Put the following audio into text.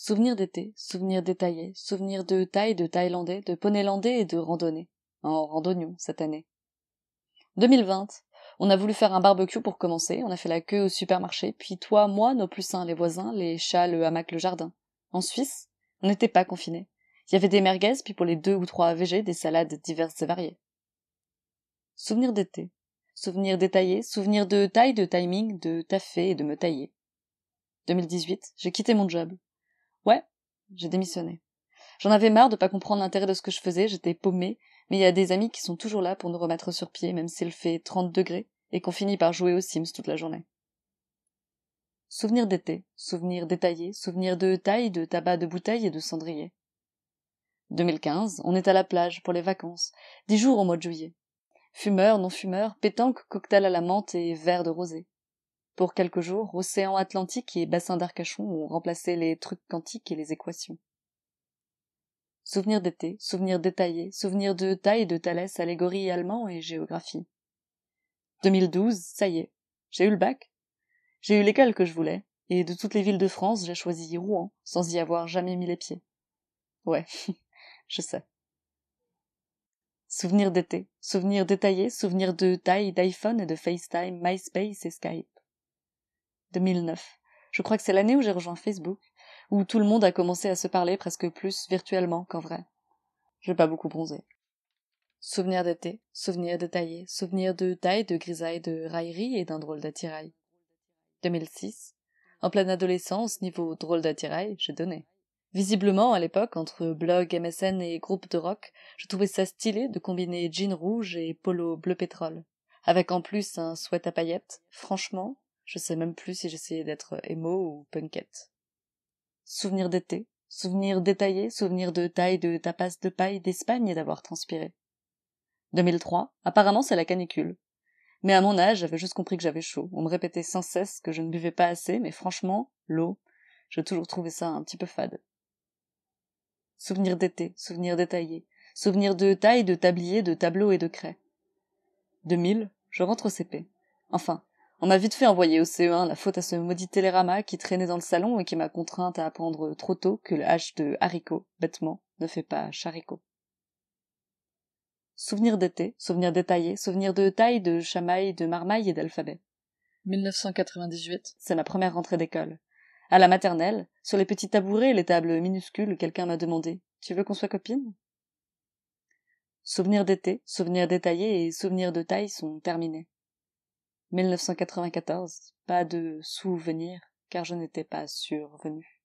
Souvenirs d'été, souvenirs détaillés, souvenirs de thaï, de thaïlandais, de poneylandais et de randonnée. En randonnion, cette année. 2020. On a voulu faire un barbecue pour commencer, on a fait la queue au supermarché, puis toi, moi, nos plus sains, les voisins, les chats, le hamac, le jardin. En Suisse, on n'était pas confinés. Il y avait des merguez, puis pour les 2 ou 3 VG, des salades diverses et variées. Souvenirs d'été. Souvenirs détaillés, souvenirs de taille, de timing, de taffer et de me tailler. 2018, j'ai quitté mon job. Ouais, j'ai démissionné. J'en avais marre de pas comprendre l'intérêt de ce que je faisais, j'étais paumée, mais il y a des amis qui sont toujours là pour nous remettre sur pied, même s'il fait 30 degrés, et qu'on finit par jouer aux Sims toute la journée. Souvenirs d'été, souvenirs détaillés, souvenirs de taille, de tabac de bouteille et de cendrier. 2015, on est à la plage pour les vacances, 10 jours au mois de juillet. Fumeurs, non-fumeurs, pétanque, cocktail à la menthe et verre de rosé. Pour quelques jours, océan Atlantique et bassin d'Arcachon ont remplacé les trucs quantiques et les équations. Souvenirs d'été, souvenirs détaillés, souvenirs de taille, de Thalès, allégorie allemand et géographie. 2012, ça y est, j'ai eu le bac. J'ai eu l'école que je voulais, et de toutes les villes de France, j'ai choisi Rouen, sans y avoir jamais mis les pieds. Ouais, je sais. Souvenirs d'été, souvenirs détaillés, souvenirs de taille, d'iPhone et de FaceTime, MySpace et Skype. 2009. Je crois que c'est l'année où j'ai rejoint Facebook, où tout le monde a commencé à se parler presque plus virtuellement qu'en vrai. J'ai pas beaucoup bronzé. Souvenirs d'été, souvenirs détaillés, souvenirs de taille, de grisaille, de raillerie et d'un drôle d'attirail. 2006. En pleine adolescence, niveau drôle d'attirail, j'ai donné. Visiblement, à l'époque, entre blog, MSN et groupe de rock, je trouvais ça stylé de combiner jean rouge et polo bleu pétrole. Avec en plus un sweat à paillettes. Franchement, je sais même plus si j'essayais d'être emo ou punkette. Souvenirs d'été, souvenirs détaillés, souvenirs de taille, de tapas de paille, d'Espagne et d'avoir transpiré. 2003, apparemment c'est la canicule. Mais à mon âge, j'avais juste compris que j'avais chaud. On me répétait sans cesse que je ne buvais pas assez, mais franchement, l'eau, j'ai toujours trouvé ça un petit peu fade. Souvenirs d'été, souvenirs détaillés, souvenirs de taille, de tablier, de tableau et de craie. 2000, je rentre au CP. Enfin, on m'a vite fait envoyer au CE1 la faute à ce maudit télérama qui traînait dans le salon et qui m'a contrainte à apprendre trop tôt que le H de haricot, bêtement, ne fait pas charicot. Souvenirs d'été, souvenirs détaillés, souvenirs de taille, de chamaille, de marmaille et d'alphabet. 1998, c'est ma première rentrée d'école. À la maternelle, sur les petits tabourets et les tables minuscules, quelqu'un m'a demandé « Tu veux qu'on soit copines ?» Souvenirs d'été, souvenirs détaillés et souvenirs de taille sont terminés. 1994, pas de souvenirs, car je n'étais pas survenue.